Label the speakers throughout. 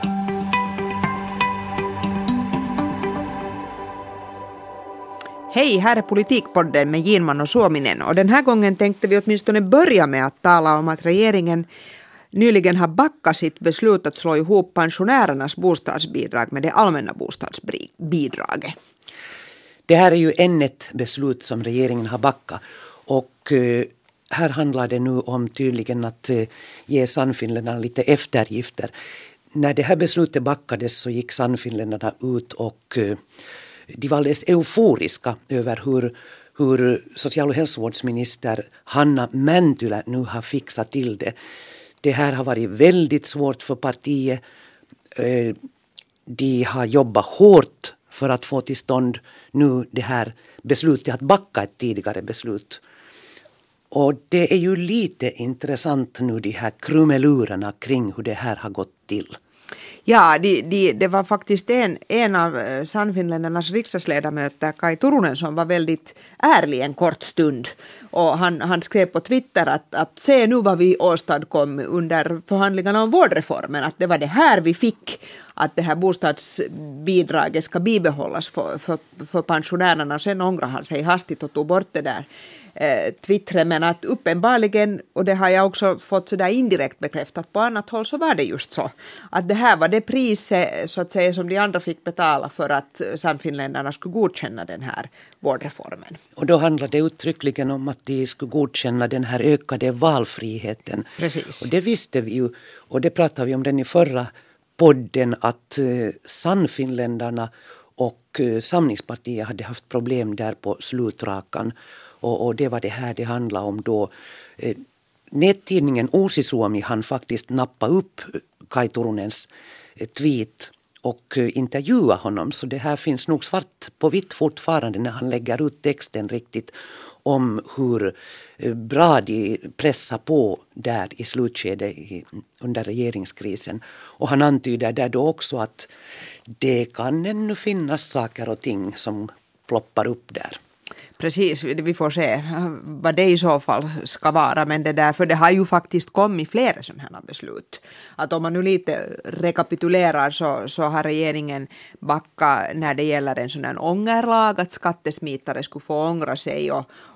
Speaker 1: Hej, här är Politikpodden med Ginman och Suominen. Och den här gången tänkte vi åtminstone börja med att tala om att regeringen nyligen har backat sitt beslut att slå ihop pensionärernas bostadsbidrag med det allmänna bostadsbidraget.
Speaker 2: Det här är ju än ett beslut som regeringen har backat. Och här handlar det nu om tydligen att ge Sannfinländarna lite eftergifter. När det här beslutet backades så gick Sannfinländarna ut och de var alldeles euforiska över hur social- och hälsovårdsminister Hanna Mäntylä nu har fixat till det. Det här har varit väldigt svårt för partiet. De har jobbat hårt för att få till stånd nu det här beslutet att backa ett tidigare beslut. Och det är ju lite intressant nu de här krumelurerna kring hur det här har gått till.
Speaker 1: Ja, det var faktiskt en av Sannfinländarnas riksdagsledamöter, Kaj Turunen, som var väldigt ärlig en kort stund. Och han skrev på Twitter att se nu vad vi åstadkom under förhandlingarna om vårdreformen. Att det var det här vi fick, att det här bostadsbidraget ska bibehållas för pensionärerna. Och sen ångrade han sig hastigt och tog bort det där Twitter, men att uppenbarligen, och det har jag också fått så där indirekt bekräftat på annat håll, så var det just så. Att det här var det priset så att säga som de andra fick betala för att Sannfinländarna skulle godkänna den här vårdreformen.
Speaker 2: Och då handlade det uttryckligen om att de skulle godkänna den här ökade valfriheten.
Speaker 1: Precis.
Speaker 2: Och det visste vi ju, och det pratade vi om den i förra podden, att Sannfinländarna och Samlingspartiet hade haft problem där på slutrakan. Och det var det här det handlade om då. Nättidningen Uusi Suomi hann faktiskt nappa upp Kaj Turunens tweet och intervjua honom. Så det här finns nog svart på vitt fortfarande när han lägger ut texten riktigt om hur bra de pressar på där i slutskedet under regeringskrisen. Och han antyder där då också att det kan ännu finnas saker och ting som ploppar upp där.
Speaker 1: Precis, vi får se vad det i så fall ska vara, men det där, för det har ju faktiskt kommit flera sådana här beslut. Att om man nu lite rekapitulerar så har regeringen backat när det gäller en sån här ångerlag, att skattesmitare skulle få ångra sig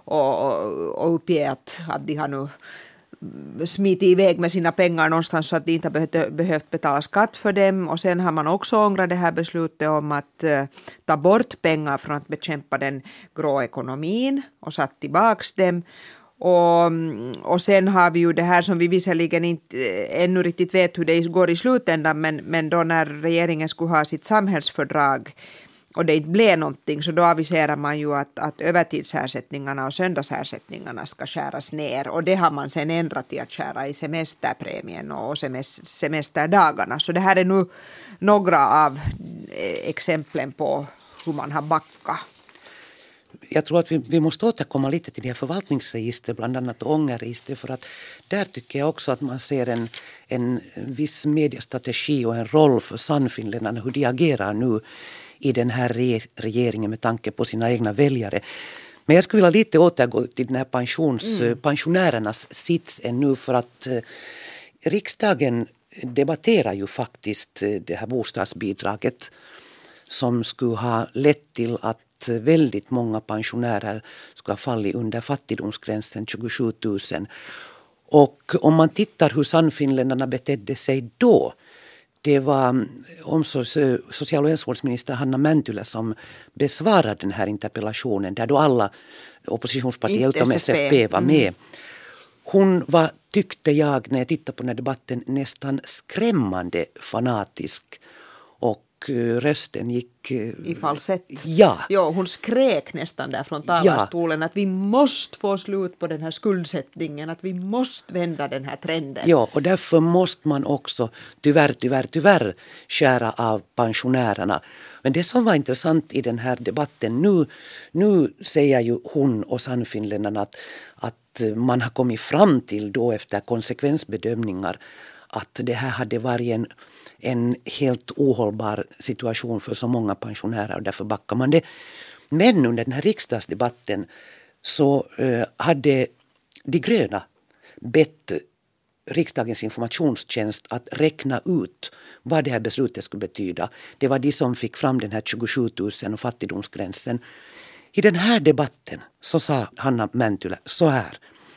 Speaker 1: och uppge att de har nu smitit iväg med sina pengar någonstans så att de inte behövt betala skatt för dem. Och sen har man också ångrat det här beslutet om att ta bort pengar från att bekämpa den grå ekonomin och satt tillbaks dem. Och sen har vi ju det här som vi visserligen inte ännu riktigt vet hur det går i slutändan, men då när regeringen skulle ha sitt samhällsfördrag och det inte blev någonting, så då aviserar man ju att övertidsersättningarna och söndagsersättningarna ska skäras ner. Och det har man sen ändrat till att skära i semesterpremien och semesterdagarna. Så det här är nu några av exemplen på hur man har backat.
Speaker 2: Jag tror att vi måste återkomma lite till det här förvaltningsregister, bland annat ångerregister, för att där tycker jag också att man ser en viss mediestrategi och en roll för Sannfinländarna, hur de agerar nu i den här regeringen med tanke på sina egna väljare. Men jag skulle vilja lite återgå till den här pensionärernas sits ännu, för att riksdagen debatterar ju faktiskt det här bostadsbidraget som skulle ha lett till att väldigt många pensionärer skulle ha fallit under fattigdomsgränsen 27 000. Och om man tittar hur Sannfinländarna betedde sig då, det var social- och hälsovårdsminister Hanna Mäntylä som besvarade den här interpellationen, där då alla oppositionspartier utom SFP var med. Hon var, tyckte jag när jag tittade på den här debatten, nästan skrämmande fanatisk. Och rösten gick
Speaker 1: i falsett.
Speaker 2: Ja.
Speaker 1: Jo, hon skrek nästan där från talarstolen att vi måste få slut på den här skuldsättningen, att vi måste vända den här trenden.
Speaker 2: Ja, och därför måste man också tyvärr skära av pensionärerna. Men det som var intressant i den här debatten, nu säger ju hon och Sannfinländarna att man har kommit fram till då efter konsekvensbedömningar att det här hade varit en helt ohållbar situation för så många pensionärer, och därför backar man det. Men under den här riksdagsdebatten så hade de gröna bett riksdagens informationstjänst att räkna ut vad det här beslutet skulle betyda. Det var de som fick fram den här 27 000 och fattigdomsgränsen. I den här debatten så sa Hanna Mäntylä så här.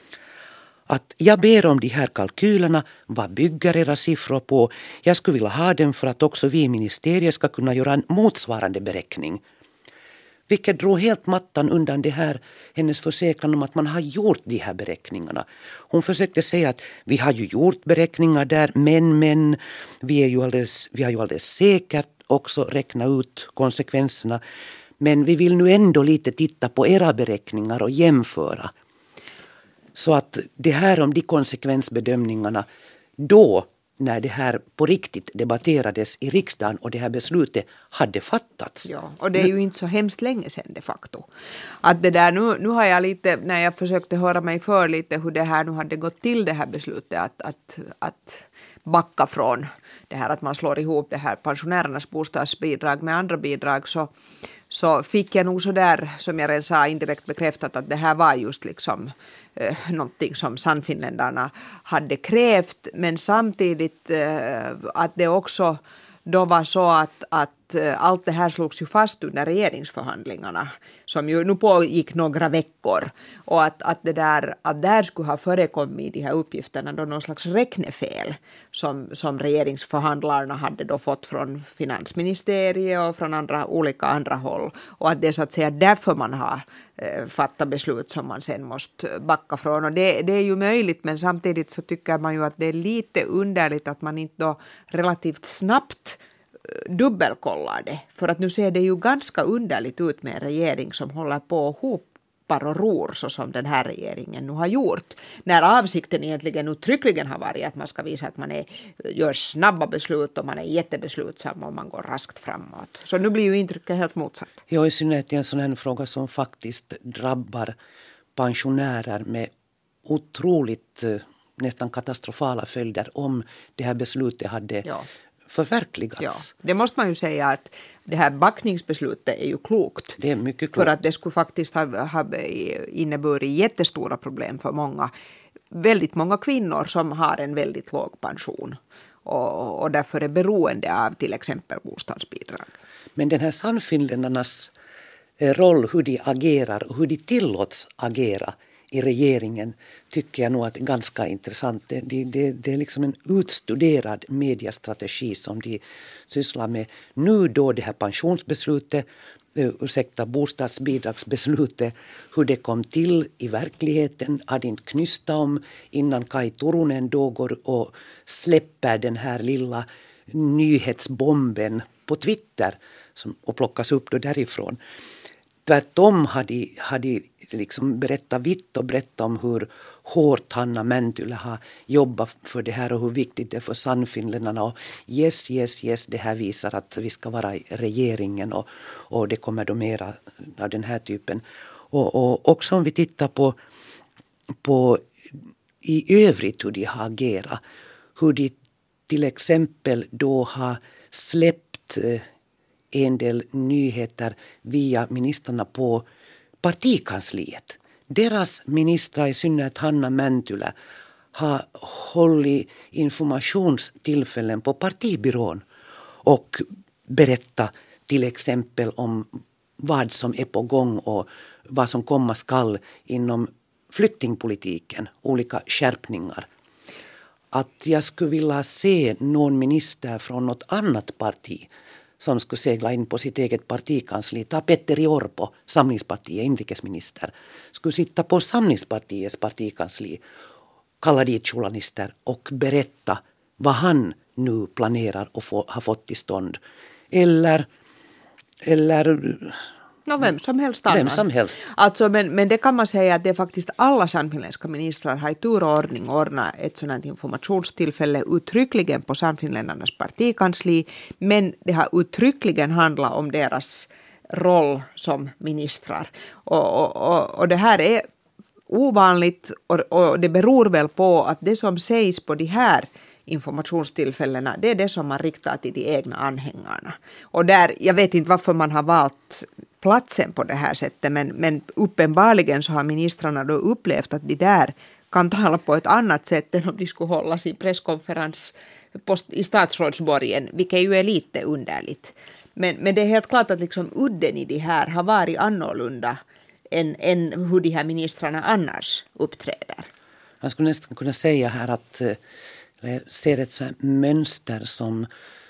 Speaker 2: Att jag ber om de här kalkylerna, vad bygger era siffror på? Jag skulle vilja ha dem för att också vi i ministeriet ska kunna göra en motsvarande beräkning. Vilket drog helt mattan undan det här, hennes försäkran om att man har gjort de här beräkningarna. Hon försökte säga att vi har ju gjort beräkningar där, men vi har ju alldeles säkert också räknat ut konsekvenserna. Men vi vill nu ändå lite titta på era beräkningar och jämföra. Så att det här om de konsekvensbedömningarna då, när det här på riktigt debatterades i riksdagen och det här beslutet hade fattats.
Speaker 1: Ja, och det är ju inte så hemskt länge sedan de facto. Att det där, nu har jag lite, när jag försökte höra mig för lite hur det här nu hade gått till det här beslutet att backa från det här att man slår ihop det här pensionärernas bostadsbidrag med andra bidrag, så fick jag nog så där, som jag redan sa, indirekt bekräftat att det här var just liksom någonting som Sannfinländarna hade krävt, men samtidigt att det också då var så att allt det här slogs ju fast under regeringsförhandlingarna som ju nu pågick några veckor, och att det där, att där skulle ha förekommit i de här uppgifterna då någon slags räknefel som regeringsförhandlarna hade då fått från finansministeriet och från olika andra håll, och att det är så att säga därför man har fattat beslut som man sen måste backa från, och det är ju möjligt, men samtidigt så tycker man ju att det är lite underligt att man inte då relativt snabbt dubbelkollar det, för att nu ser det ju ganska underligt ut med en regering som håller på och hopar och ror så som den här regeringen nu har gjort, när avsikten egentligen uttryckligen har varit att man ska visa att man gör snabba beslut och man är jättebeslutsam och man går raskt framåt. Så nu blir ju intrycket helt motsatt.
Speaker 2: Ja, i synnerhet i en sån här fråga som faktiskt drabbar pensionärer med otroligt nästan katastrofala följder om det här beslutet hade förverkligats.
Speaker 1: Ja, det måste man ju säga att det här backningsbeslutet är ju klokt.
Speaker 2: Det är mycket klokt.
Speaker 1: För att det skulle faktiskt ha inneburit jättestora problem för väldigt många kvinnor som har en väldigt låg pension och därför är beroende av till exempel bostadsbidrag.
Speaker 2: Men den här Sannfinländarnas roll, hur de agerar och hur de tillåts agera i regeringen, tycker jag nog att är ganska intressant. Det är liksom en utstuderad mediestrategi som de sysslar med. Nu då det här pensionsbeslutet, bostadsbidragsbeslutet, hur det kom till i verkligheten, hade inte knystat om innan Kaj Turunen då går och släpper den här lilla nyhetsbomben på Twitter och plockas upp då därifrån. Tvärtom hade liksom berättat vitt och brett om hur hårt Hanna Mäntylä har jobbat för det här och hur viktigt det är för Sannfinländarna. Och yes, det här visar att vi ska vara i regeringen och det kommer då mera av den här typen. Och också om vi tittar på i övrigt hur de har agerat, hur de till exempel då har släppt en del nyheter via ministrarna på partikansliet. Deras ministrar, i synnerhet Hanna Mäntylä, har hållit informationstillfällen på partibyrån och berättat till exempel om vad som är på gång och vad som komma skall inom flyktingpolitiken, olika skärpningar. Att jag skulle vilja se någon minister från något annat parti som skulle segla in på sitt eget partikansli. Ta Petteri Orpo, Samlingspartiet, inrikesminister, skulle sitta på Samlingspartiets partikansli, kalla dit journalister och berätta vad han nu planerar och har fått till stånd. Eller
Speaker 1: vem som helst annan.
Speaker 2: Vem som helst.
Speaker 1: Alltså, men det kan man säga att det är faktiskt alla sannfinländska ministrar har i tur och ordning ordnat ett sådant informationstillfälle uttryckligen på Sannfinländarnas partikansli, men det har uttryckligen handlat om deras roll som ministrar. Och det här är ovanligt och det beror väl på att det som sägs på de här informationstillfällena, det är det som man riktar till de egna anhängarna. Och där, jag vet inte varför man har valt platsen på det här sättet, men uppenbarligen så har ministrarna då upplevt att de där kan tala på ett annat sätt än om de skulle hålla sin presskonferens i statsrådsborgen, vilket ju är lite underligt. Men det är helt klart att liksom udden i det här har varit annorlunda än hur de här ministrarna annars uppträder.
Speaker 2: Man skulle nästan kunna säga här att ser ett så här mönster som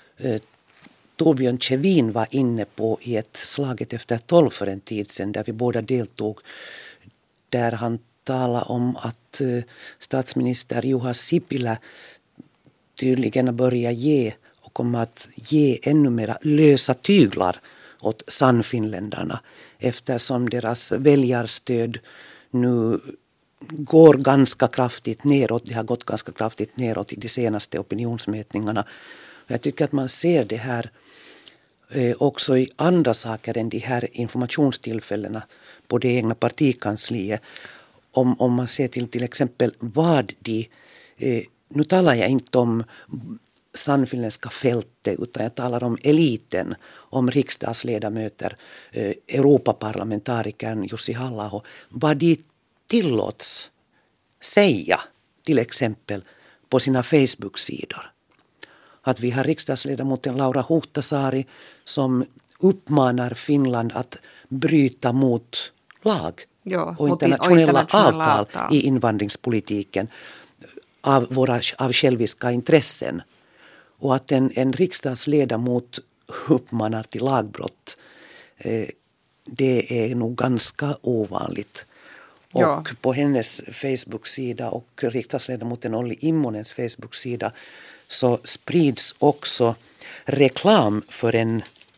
Speaker 2: Torbjörn Kjevin var inne på i ett slaget efter 12 för en tid sedan där vi båda deltog, där han talade om att statsminister Juha Sipilä tydligen har börjat ge och kommer att ge ännu mera lösa tyglar åt sannfinländarna eftersom deras väljarstöd nu går ganska kraftigt neråt. Det har gått ganska kraftigt neråt i de senaste opinionsmätningarna. Jag tycker att man ser det här också i andra saker än de här informationstillfällena på det egna partikansliet. Om man ser till exempel vad de... Nu talar jag inte om sannfinländska fältet utan jag talar om eliten, om riksdagsledamöter, Europaparlamentarikern Jussi Halla-aho, vad de tillåts säga till exempel på sina Facebook-sidor. Att vi har riksdagsledamoten Laura Huhtasaari som uppmanar Finland att bryta mot lag och internationella avtal i invandringspolitiken av själviska intressen. Och att en riksdagsledamot uppmanar till lagbrott, det är nog ganska ovanligt. Ja. Och på hennes Facebook-sida och riksdagsledamoten Olli Immonens Facebook-sida så sprids också reklam för en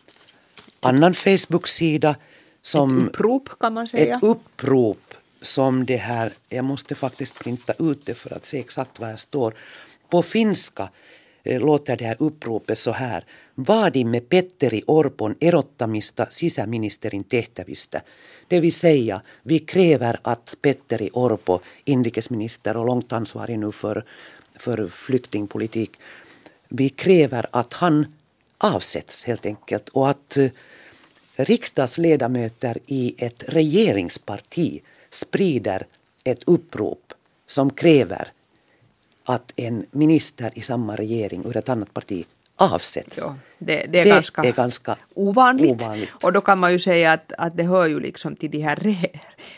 Speaker 2: annan Facebook-sida. Som
Speaker 1: ett upprop kan man säga.
Speaker 2: Ett upprop som det här, jag måste faktiskt printa ut det för att se exakt vad här står. På finska låter det här uppropet så här. Vaadimme Petteri Orpon erottamista sisäministerin tehtävistä. Det vill säga, vi kräver att Petteri Orpo, inrikesminister och långt ansvarig nu för flyktingpolitik, vi kräver att han avsätts helt enkelt och att riksdagsledamöter i ett regeringsparti sprider ett upprop som kräver att en minister i samma regering ur ett annat parti avsätts.
Speaker 1: Ja, det är ganska ovanligt. Och då kan man ju säga att det hör ju liksom till de här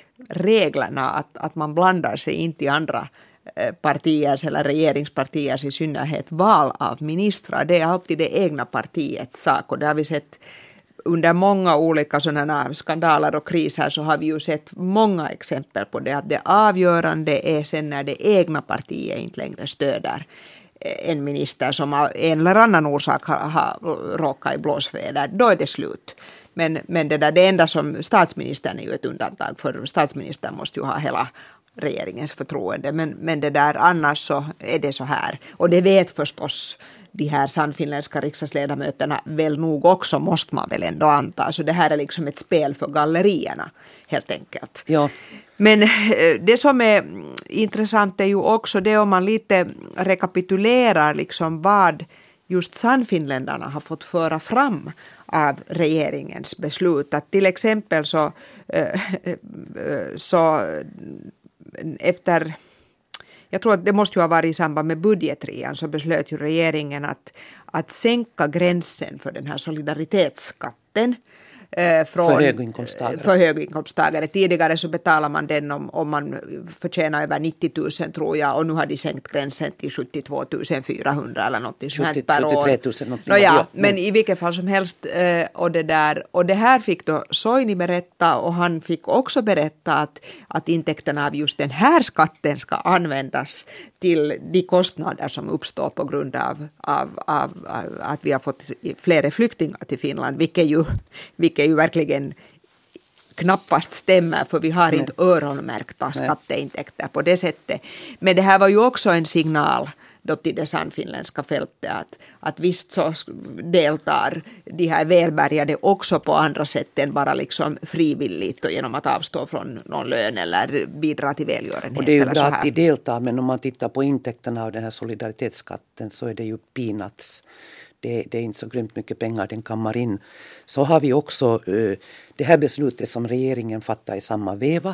Speaker 1: reglerna att man blandar sig inte i andra partiers eller regeringspartiers i synnerhet val av ministrar. Det är alltid det egna partiets sak och det har vi sett under många olika sådana skandaler och kriser så har vi ju sett många exempel på det att det avgörande är sen när det egna partiet inte längre stöder en minister som av en eller annan orsak har råkat i blåsväder, då är det slut. Men det enda som statsministern är ju ett undantag för statsministern måste ju ha hela regeringens förtroende. Men det där annars så är det så här. Och det vet förstås de här sannfinländska riksdagsledamöterna väl nog också, måste man väl ändå anta. Så det här är liksom ett spel för gallerierna helt enkelt.
Speaker 2: Ja.
Speaker 1: Men det som är intressant är ju också det om man lite rekapitulerar liksom vad just sannfinländarna har fått föra fram av regeringens beslut. Att till exempel så efter, jag tror att det måste ju ha varit i samband med budgetrian, så beslöt ju regeringen att sänka gränsen för den här solidaritetsskatten för höginkomsttagare. Tidigare så betalar man den om man förtjänar över 90 000 tror jag, och nu har de sänkt gränsen till 72 400 eller något sånt per år.
Speaker 2: 73 000
Speaker 1: men i vilket fall som helst och det här fick då Soini berätta, och han fick också berätta att intäkterna av just den här skatten ska användas till de kostnader som uppstår på grund av att vi har fått fler flyktingar till Finland, vilket ju verkligen knappast stämmer, för vi har inte öronmärkta skatteintäkter på det sättet. Men det här var ju också en signal då till det sannfinländska fältet att visst så deltar de här välbärgade också på andra sätt än bara liksom frivilligt och genom att avstå från någon lön eller bidra till välgörenhet.
Speaker 2: Och det är ju bra att de deltar, men om man tittar på intäkterna av den här solidaritetsskatten så är det ju peanuts. Det är inte så grymt mycket pengar den kammar in. Så har vi också det här beslutet som regeringen fattar i samma veva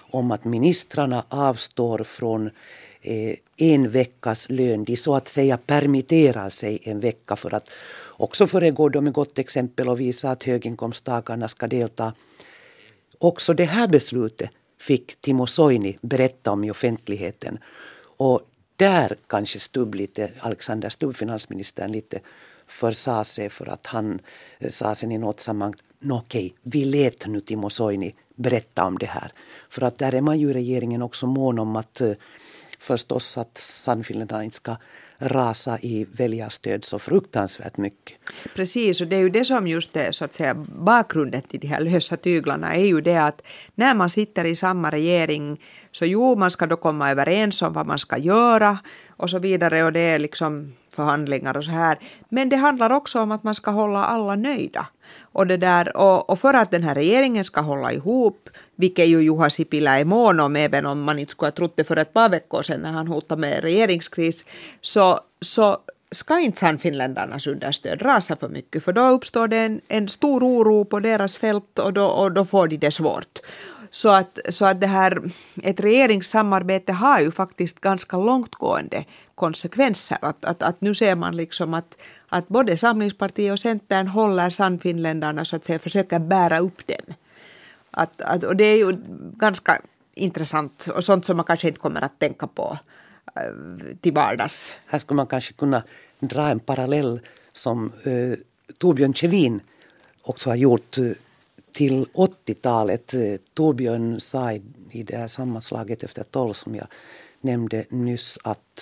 Speaker 2: om att ministrarna avstår från en veckas lön. De så att säga permitterar sig en vecka för att också föregå dem med gott exempel och visa att höginkomsttagarna ska delta. Också det här beslutet fick Timo Soini berätta om i offentligheten. Och där kanske Alexander Stubb, finansministern, lite försa sig för att han sa sen i något sammanhang, okej, vi lät nu Timo Soini berätta om det här. För att där är man ju regeringen också mån om att förstås att Sannfinländarna inte ska rasa i väljarstöd så fruktansvärt mycket.
Speaker 1: Precis, och det är ju det som just är så att säga bakgrunden till de här lösa tyglarna är ju det att när man sitter i samma regering så man ska då komma överens om vad man ska göra och så vidare och det är liksom förhandlingar och så här. Men det handlar också om att man ska hålla alla nöjda. Och, det där, och för att den här regeringen ska hålla ihop, vilket ju Juha Sipilä är mån om, även om man inte skulle ha trott det för ett par veckor sedan när han hotade med regeringskris, så ska inte Sannfinländarnas understöd rasa för mycket. För då uppstår det en stor oro på deras fält och då får de det svårt. Så att det här, ett regeringssamarbete har ju faktiskt ganska långtgående konsekvenser. Att nu ser man liksom att både Samlingspartiet och Centern håller Sannfinländarna så att säga, försöker bära upp dem. Och det är ju ganska intressant och sånt som man kanske inte kommer att tänka på till vardags.
Speaker 2: Här skulle man kanske kunna dra en parallell som Torbjörn Kjevin också har gjort till 80-talet. Torbjörn sa i det här sammanslaget efter 12 som jag nämnde nyss att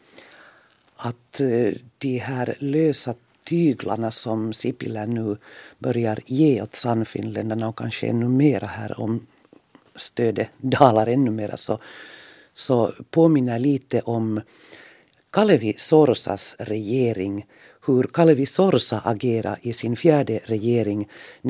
Speaker 2: de här lösa tyglarna som Sipilä nu börjar ge åt Sannfinländarna och kanske ännu mera här om stödet dalar ännu mera så påminner lite om Kalevi Sorsas regering, hur Kalevi Sorsa agerade i sin fjärde regering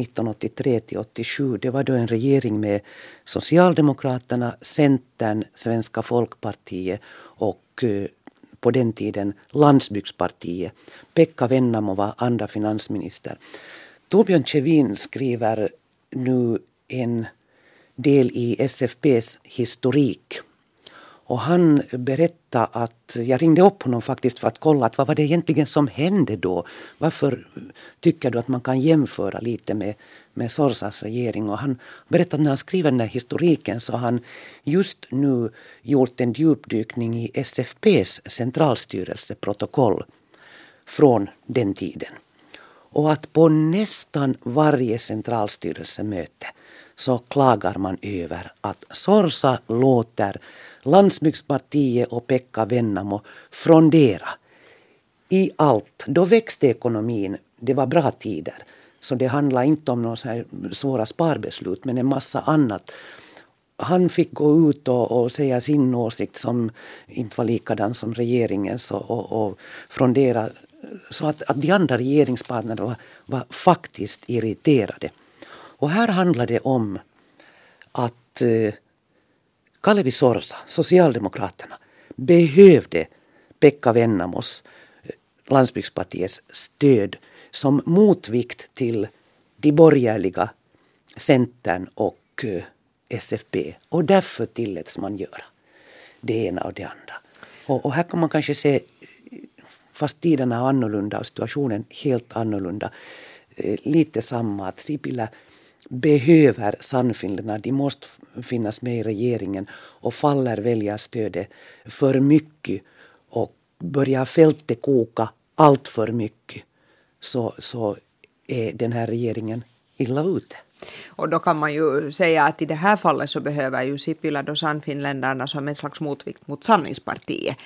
Speaker 2: 1983-87. Det var då en regering med Socialdemokraterna, Centern, Svenska Folkpartiet och på den tiden Landsbygdspartiet. Pekka Vennamo var andra finansminister. Torbjörn Kjevin skriver nu en del i SFP:s historik. Och han berättade att jag ringde upp honom faktiskt för att kolla att vad var det egentligen som hände då. Varför tycker du att man kan jämföra lite med Sorsas regering? Och han berättade att när han skriver den här historiken så har han just nu gjort en djupdykning i SFP:s centralstyrelseprotokoll från den tiden. Och att på nästan varje centralstyrelsemöte så klagar man över att Sorsa låter Landsbygdspartiet och Pekka Vennamo frondera i allt. Då växte ekonomin, det var bra tider. Så det handlar inte om några så här svåra sparbeslut men en massa annat. Han fick gå ut och säga sin åsikt som inte var likadan som regeringens och frondera. Så att de andra regeringspartnerna var faktiskt irriterade. Och här handlar det om att Kalevi Sorsa, Socialdemokraterna, behövde Pekka Vennamos, Landsbygdspartiets stöd som motvikt till de borgerliga Centern och SFP. Och därför tilläts man göra det ena och det andra. Och här kan man kanske se, fast tiderna är annorlunda och situationen helt annorlunda, lite samma att Sipilä behöver Sannfinländarna, de måste finnas med i regeringen och faller väljarstödet för mycket och börjar fältet koka allt för mycket så är den här regeringen illa ute.
Speaker 1: Och då kan man ju säga att i det här fallet så behöver ju Sipilä då Sannfinländarna som en slags motvikt mot Samlingspartiet.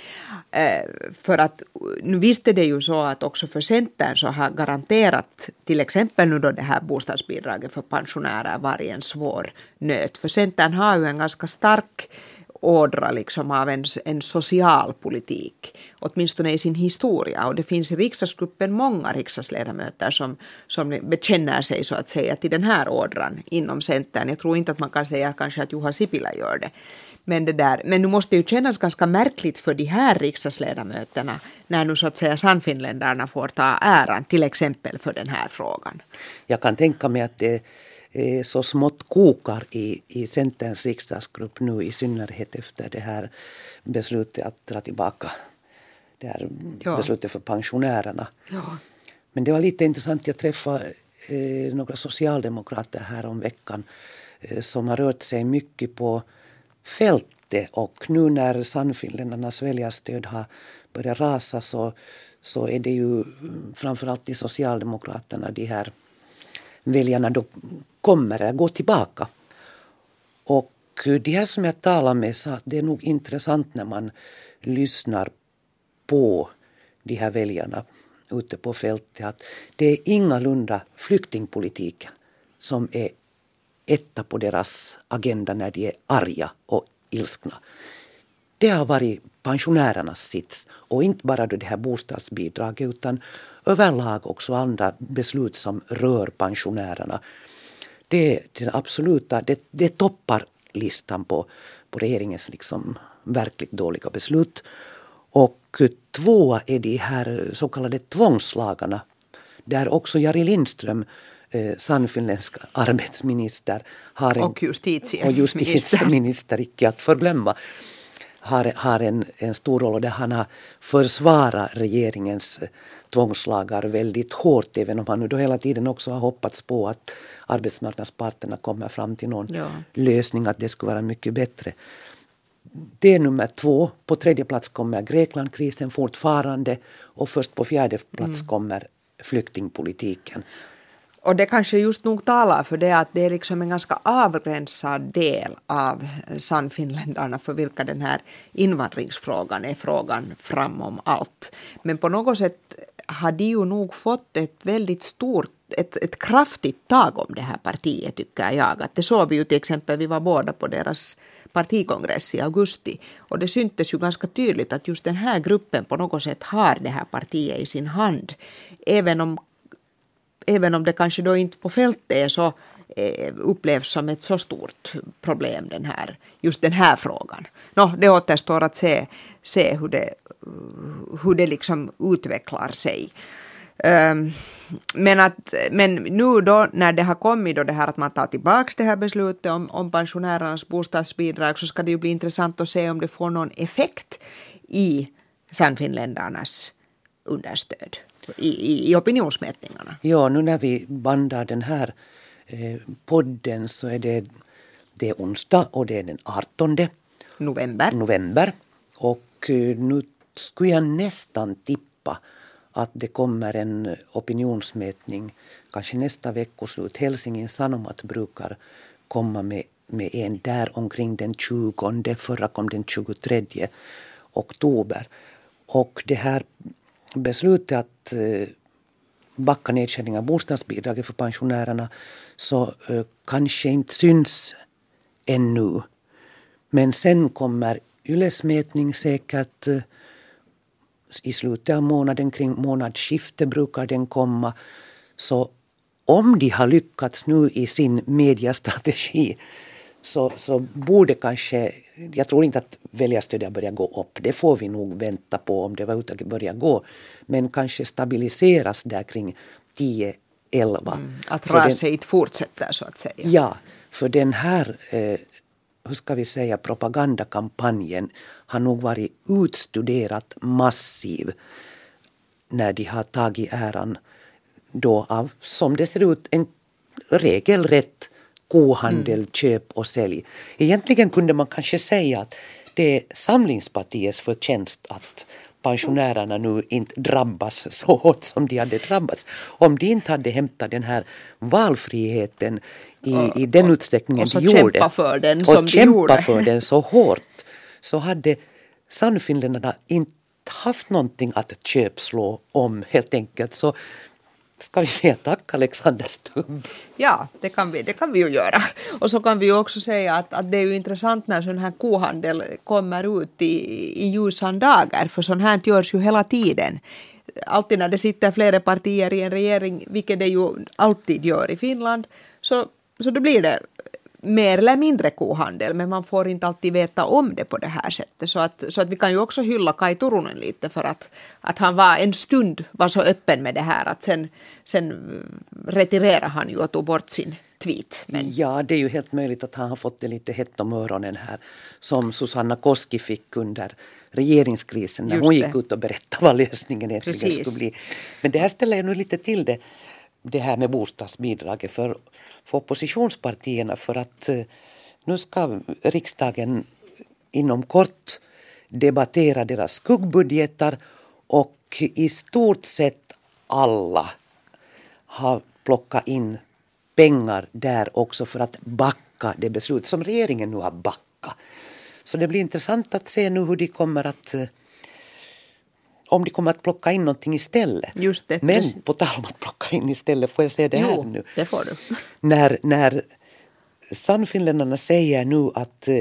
Speaker 1: För att nu visste det ju så att också för Centern så har garanterat till exempel nu då det här bostadsbidraget för pensionärer var en svår nöt. För Centern har ju en ganska stark ådra liksom av en social politik, åtminstone i sin historia. Och det finns i riksdagsgruppen många riksdagsledamöter som bekänner sig så att säga till den här ådran inom Centern. Jag tror inte att man kan säga kanske att Juha Sipilä gör det. Men nu måste ju kännas ganska märkligt för de här riksdagsledamöterna när nu så att säga Sannfinländarna får ta äran till exempel för den här frågan.
Speaker 2: Jag kan tänka mig att det så smått kokar i Centerns riksdagsgrupp nu, i synnerhet efter det här beslutet att dra tillbaka det här beslutet för pensionärerna.
Speaker 1: Ja.
Speaker 2: Men det var lite intressant, jag träffade några socialdemokrater här om veckan som har rört sig mycket på fältet, och nu när Sannfinländarnas väljarstöd har börjat rasa så är det ju framförallt i Socialdemokraterna de här väljarna då kommer att gå tillbaka. Och det här som jag talar med sa att det är nog intressant när man lyssnar på de här väljarna ute på fältet, att det är ingalunda flyktingpolitiken som är etta på deras agenda när de är arga och ilskna. Det har varit pensionärernas sits, och inte bara då det här bostadsbidraget utan överlag också andra beslut som rör pensionärerna. Det är den absoluta, det toppar listan på regeringens liksom verkligt dåliga beslut. Och tvåa är de här så kallade tvångslagarna, där också Jari Lindström, sannfinländsk arbetsminister,
Speaker 1: och
Speaker 2: justitieminister, icke att förglömma, har en stor roll, och där han har försvarat regeringens tvångslagar väldigt hårt, även om han nu då hela tiden också har hoppats på att arbetsmarknadsparterna kommer fram till någon lösning, att det skulle vara mycket bättre. Det är nummer 2. På 3:e plats kommer Greklandkrisen fortfarande, och först på 4:e plats kommer flyktingpolitiken.
Speaker 1: Och det kanske just nog talar för det att det är liksom en ganska avgränsad del av sannfinländarna för vilka den här invandringsfrågan är frågan framom allt. Men på något sätt har de ju nog fått ett väldigt stort, ett kraftigt tag om det här partiet, tycker jag. Att det såg vi ju till exempel, vi var båda på deras partikongress i augusti, och det syntes ju ganska tydligt att just den här gruppen på något sätt har det här partiet i sin hand, även om det kanske då inte på fältet är så upplevs som ett så stort problem, just den här frågan. Det återstår att se hur det liksom utvecklar sig. Men nu då när det har kommit då det här att man tar tillbaka det här beslutet om pensionärernas bostadsbidrag, så ska det ju bli intressant att se om det får någon effekt i sannfinländarnas understöd i opinionsmätningarna.
Speaker 2: Ja, nu när vi bandar den här podden så är det är onsdag, och det är den 18 november. Och nu skulle jag nästan tippa att det kommer en opinionsmätning kanske nästa veckoslut. Helsingin Sanomat brukar komma med en där omkring den 20, förra kom den 23 oktober. Och det här beslutet att backa nedskärning av bostadsbidraget för pensionärerna så kanske inte syns ännu. Men sen kommer Yles mätning säkert i slutet av månaden, kring månadsskifte brukar den komma. Så om de har lyckats nu i sin mediastrategi så borde kanske, jag tror inte att väljarstödet börjar gå upp, det får vi nog vänta på om det var ute att börja gå, men kanske stabiliseras där kring 10-11.
Speaker 1: Att raset fortsätter så att säga.
Speaker 2: Ja, för den här hur ska vi säga, propagandakampanjen har nog varit utstuderat massiv när de har tagit äran då av, som det ser ut, en regelrätt kohandel, köp och sälj. Egentligen kunde man kanske säga att det är Samlingspartiets förtjänst att pensionärerna nu inte drabbas så hårt som de hade drabbats. Om de inte hade hämtat den här valfriheten i den utsträckningen de gjorde.
Speaker 1: Kämpa för den som de gjorde.
Speaker 2: Och kämpa för den så hårt. Så hade sannfinländarna inte haft någonting att köpslå om helt enkelt. Så ska vi säga tack Alexander Stubb.
Speaker 1: Ja, det kan vi ju göra. Och så kan vi ju också säga att det är ju intressant när sån här kohandel kommer ut i ljusan dagar. För sån här görs ju hela tiden. Alltid när det sitter flera partier i en regering, vilket det ju alltid gör i Finland, så då blir det mer eller mindre kohandel, men man får inte alltid veta om det på det här sättet. Så att vi kan ju också hylla Kaj Turunen lite för att han var en stund var så öppen med det här, att sen retirerade han ju och tog bort tweet. Men...
Speaker 2: Ja, det är ju helt möjligt att han har fått det lite hett om öronen här. Som Susanna Koski fick under regeringskrisen när hon gick ut och berättade vad lösningen egentligen skulle bli. Men det här ställer jag nu lite till det här med bostadsbidraget för oppositionspartierna. För att nu ska riksdagen inom kort debattera deras skuggbudgetar och i stort sett alla har plockat in pengar där också för att backa det beslut som regeringen nu har backat. Så det blir intressant att se nu hur de kommer att om de kommer att plocka in någonting istället.
Speaker 1: Just det.
Speaker 2: Men på tal om att plocka in istället får jag säga det här nu.
Speaker 1: Det får du.
Speaker 2: När Sannfinländarna säger nu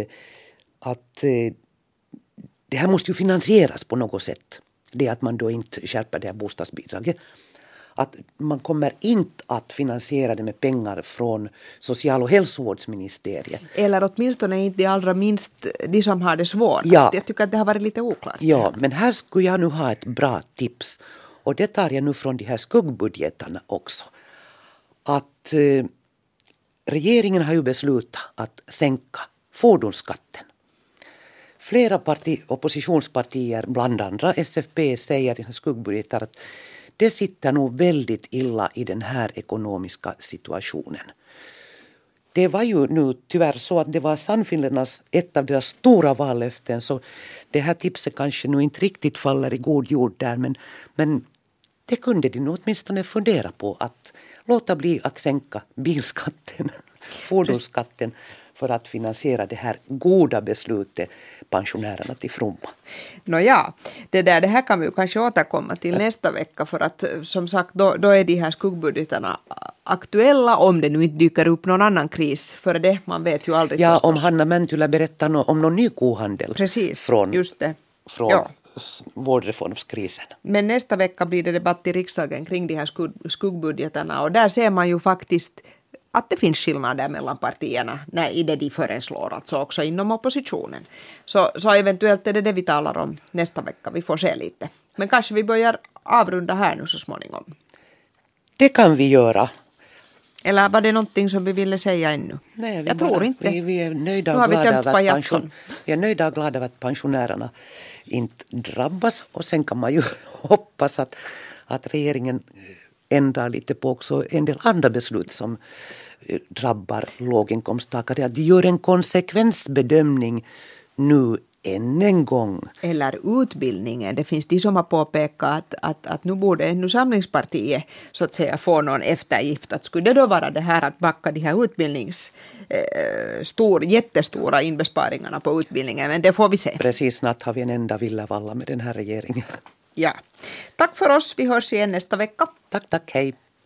Speaker 2: att det här måste ju finansieras på något sätt. Det att man då inte skärper det här bostadsbidraget. Att man kommer inte att finansiera det med pengar från social- och hälsovårdsministeriet.
Speaker 1: Eller åtminstone inte de allra minst de som har det svårast.
Speaker 2: Ja.
Speaker 1: Jag tycker att det har varit lite oklart.
Speaker 2: Ja, men här skulle jag nu ha ett bra tips. Och det tar jag nu från de här skuggbudgetarna också. Att regeringen har ju beslutat att sänka fordonsskatten. Flera oppositionspartier, bland andra SFP, säger i sina skuggbudgetar att det sitter nog väldigt illa i den här ekonomiska situationen. Det var ju nu tyvärr så att det var Sannfinländarnas ett av deras stora vallöften, så det här tipset kanske nu inte riktigt faller i god jord där, men det kunde de nog åtminstone fundera på, att låta bli att sänka bilskatten, fordonsskatten, för att finansiera det här goda beslutet pensionärerna till fromma.
Speaker 1: Nåja, det här kan vi ju kanske återkomma till nästa vecka, för att som sagt då är de här skuggbudgetarna aktuella, om det nu inte dyker upp någon annan kris för det, man vet ju aldrig.
Speaker 2: Ja,
Speaker 1: förstås.
Speaker 2: om Hanna Mäntylä berättar om någon ny kohandel.
Speaker 1: Precis,
Speaker 2: från,
Speaker 1: just det.
Speaker 2: Från vårdreformskrisen.
Speaker 1: Men nästa vecka blir det debatt i riksdagen kring de här skuggbudgetarna, och där ser man ju faktiskt att det finns skillnader mellan partierna i det de föreslår, alltså också inom oppositionen. Så eventuellt är det vi talar om nästa vecka, vi får se lite. Men kanske vi börjar avrunda här nu så småningom.
Speaker 2: Det kan vi göra.
Speaker 1: Eller var det någonting som vi ville säga ännu?
Speaker 2: Nej,
Speaker 1: jag tror inte.
Speaker 2: Vi är nöjda
Speaker 1: nu
Speaker 2: och
Speaker 1: glada
Speaker 2: över att pensionärerna inte drabbas. Och sen kan man ju hoppas att regeringen ändrar lite på också en del andra beslut som drabbar låginkomsttagare. Att de gör en konsekvensbedömning nu än en gång.
Speaker 1: Eller utbildningen. Det finns de som har påpekat att nu borde Samlingspartiet så att säga få någon eftergift. Att skulle det då vara det här att backa de här jättestora inbesparingarna på utbildningen. Men det får vi se.
Speaker 2: Precis, snart har vi en enda villavalla med den här regeringen.
Speaker 1: Ja. Tack för oss. Vi hörs igen nästa vecka.
Speaker 2: Tack, hej.